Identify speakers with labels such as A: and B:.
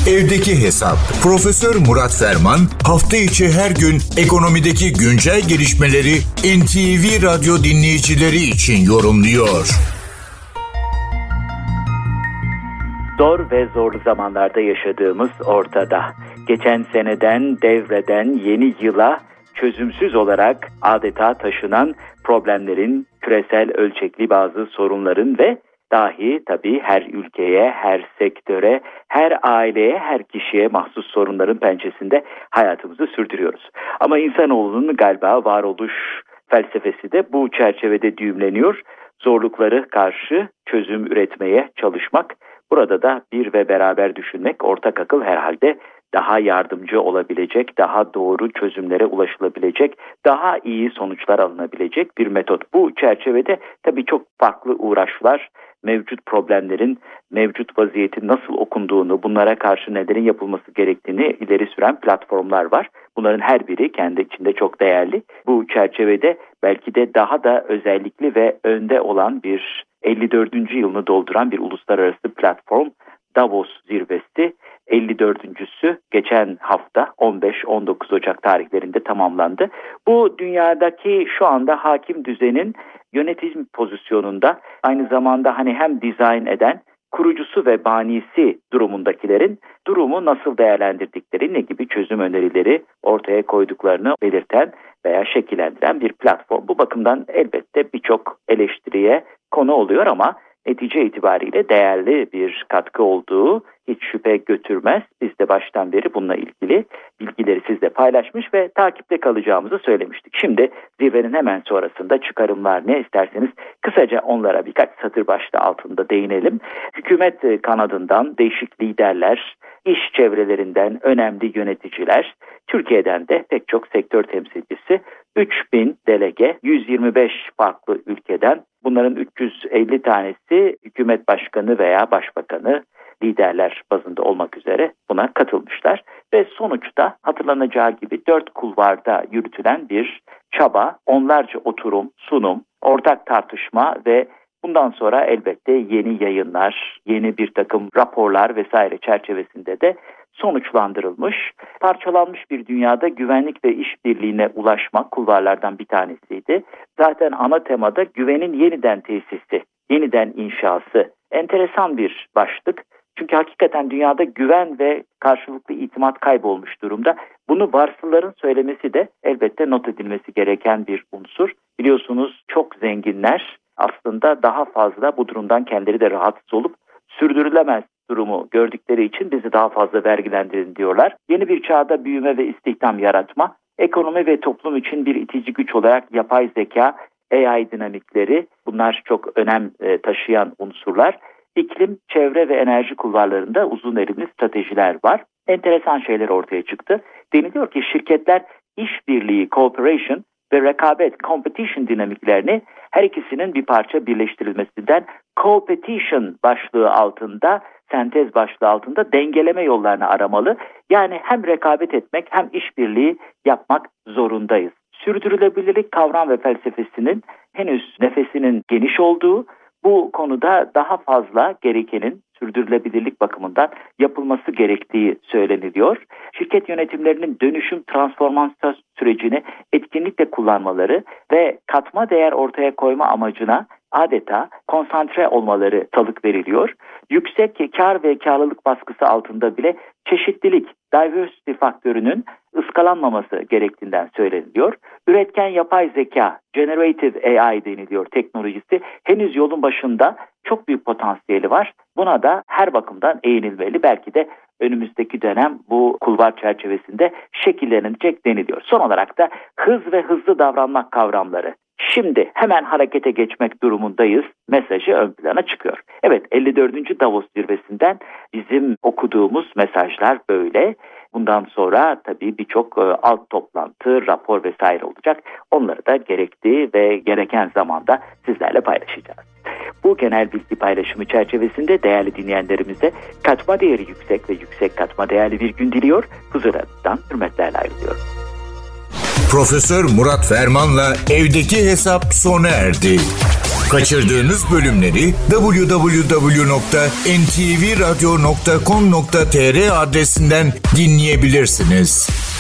A: Evdeki Hesap. Profesör Murat Ferman hafta içi her gün ekonomideki güncel gelişmeleri NTV Radyo dinleyicileri için yorumluyor.
B: Zor ve zorlu zamanlarda yaşadığımız ortada. Geçen seneden devreden yeni yıla çözümsüz olarak adeta taşınan problemlerin, küresel ölçekli bazı sorunların ve dahi tabii her ülkeye, her sektöre, her aileye, her kişiye mahsus sorunların pençesinde hayatımızı sürdürüyoruz. Ama insanoğlunun galiba varoluş felsefesi de bu çerçevede düğümleniyor. Zorlukları karşı çözüm üretmeye çalışmak, burada da bir ve beraber düşünmek, ortak akıl herhalde daha yardımcı olabilecek, daha doğru çözümlere ulaşılabilecek, daha iyi sonuçlar alınabilecek bir metot. Bu çerçevede tabii çok farklı uğraşlar, mevcut problemlerin, mevcut vaziyetin nasıl okunduğunu, bunlara karşı nelerin yapılması gerektiğini ileri süren platformlar var. Bunların her biri kendi içinde çok değerli. Bu çerçevede belki de daha da özellikli ve önde olan bir 54. yılını dolduran bir uluslararası platform, Davos Zirvesi 54.sü geçen hafta 15-19 Ocak tarihlerinde tamamlandı. Bu dünyadaki şu anda hakim düzenin yönetim pozisyonunda aynı zamanda hem dizayn eden, kurucusu ve banisi durumundakilerin durumu nasıl değerlendirdikleri, ne gibi çözüm önerileri ortaya koyduklarını belirten veya şekillendiren bir platform. Bu bakımdan elbette birçok eleştiriye konu oluyor ama netice itibariyle değerli bir katkı olduğu hiç şüphe götürmez. Biz de baştan beri bununla ilgili bilgileri sizle paylaşmış ve takipte kalacağımızı söylemiştik. Şimdi zirvenin hemen sonrasında çıkarımlar ne, isterseniz kısaca onlara birkaç satır başlığı altında değinelim. Hükümet kanadından değişik liderler, iş çevrelerinden önemli yöneticiler, Türkiye'den de pek çok sektör temsilcisi, 3000 delege, 125 farklı ülkeden, bunların 350 tanesi hükümet başkanı veya başbakanı, liderler bazında olmak üzere buna katılmışlar. Ve sonuçta hatırlanacağı gibi 4 kulvarda yürütülen bir çaba, onlarca oturum, sunum, ortak tartışma ve bundan sonra elbette yeni yayınlar, yeni bir takım raporlar vesaire çerçevesinde de sonuçlandırılmış. Parçalanmış bir dünyada güvenlik ve işbirliğine ulaşmak kulvarlardan bir tanesiydi. Zaten ana temada güvenin yeniden tesisi, yeniden inşası. Enteresan bir başlık. Çünkü hakikaten dünyada güven ve karşılıklı itimat kaybolmuş durumda. Bunu varsılların söylemesi de elbette not edilmesi gereken bir unsur. Biliyorsunuz çok zenginler aslında daha fazla bu durumdan kendileri de rahatsız olup sürdürülemez durumu gördükleri için bizi daha fazla vergilendirin diyorlar. Yeni bir çağda büyüme ve istihdam yaratma, ekonomi ve toplum için bir itici güç olarak yapay zeka, AI dinamikleri, bunlar çok önem taşıyan unsurlar. İklim, çevre ve enerji kulvarlarında uzun erimli stratejiler var. Enteresan şeyler ortaya çıktı. Deniliyor ki şirketler işbirliği, cooperation ve rekabet, competition dinamiklerini her ikisinin bir parça birleştirilmesinden co-petition başlığı altında, sentez başlığı altında dengeleme yollarını aramalı. Yani hem rekabet etmek hem işbirliği yapmak zorundayız. Sürdürülebilirlik kavram ve felsefesinin henüz nefesinin geniş olduğu, bu konuda daha fazla gerekenin sürdürülebilirlik bakımından yapılması gerektiği söyleniliyor. Şirket yönetimlerinin dönüşüm transformasyon sürecini etkinlikle kullanmaları ve katma değer ortaya koyma amacına adeta konsantre olmaları salık veriliyor. Yüksek kar ve karlılık baskısı altında bile çeşitlilik, diversity faktörünün ıskalanmaması gerektiğinden söyleniliyor. Üretken yapay zeka, generative AI deniliyor teknolojisi, henüz yolun başında, çok büyük potansiyeli var. Buna da her bakımdan eğinilmeli. Belki de önümüzdeki dönem bu kulvar çerçevesinde şekillenilecek deniliyor. Son olarak da hız ve hızlı davranmak kavramları. Şimdi hemen harekete geçmek durumundayız mesajı ön plana çıkıyor. Evet, 54. Davos Zirvesi'nden bizim okuduğumuz mesajlar böyle. Bundan sonra tabii birçok alt toplantı, rapor vesaire olacak. Onları da gerektiği ve gereken zamanda sizlerle paylaşacağız. Bu genel bilgi paylaşımı çerçevesinde değerli dinleyenlerimize katma değeri yüksek ve yüksek katma değerli bir gün diliyor. Huzurlarınızdan hürmetlerle ayrılıyorum.
A: Profesör Murat Ferman'la Evdeki Hesap sona erdi. Kaçırdığınız bölümleri www.ntvradio.com.tr adresinden dinleyebilirsiniz.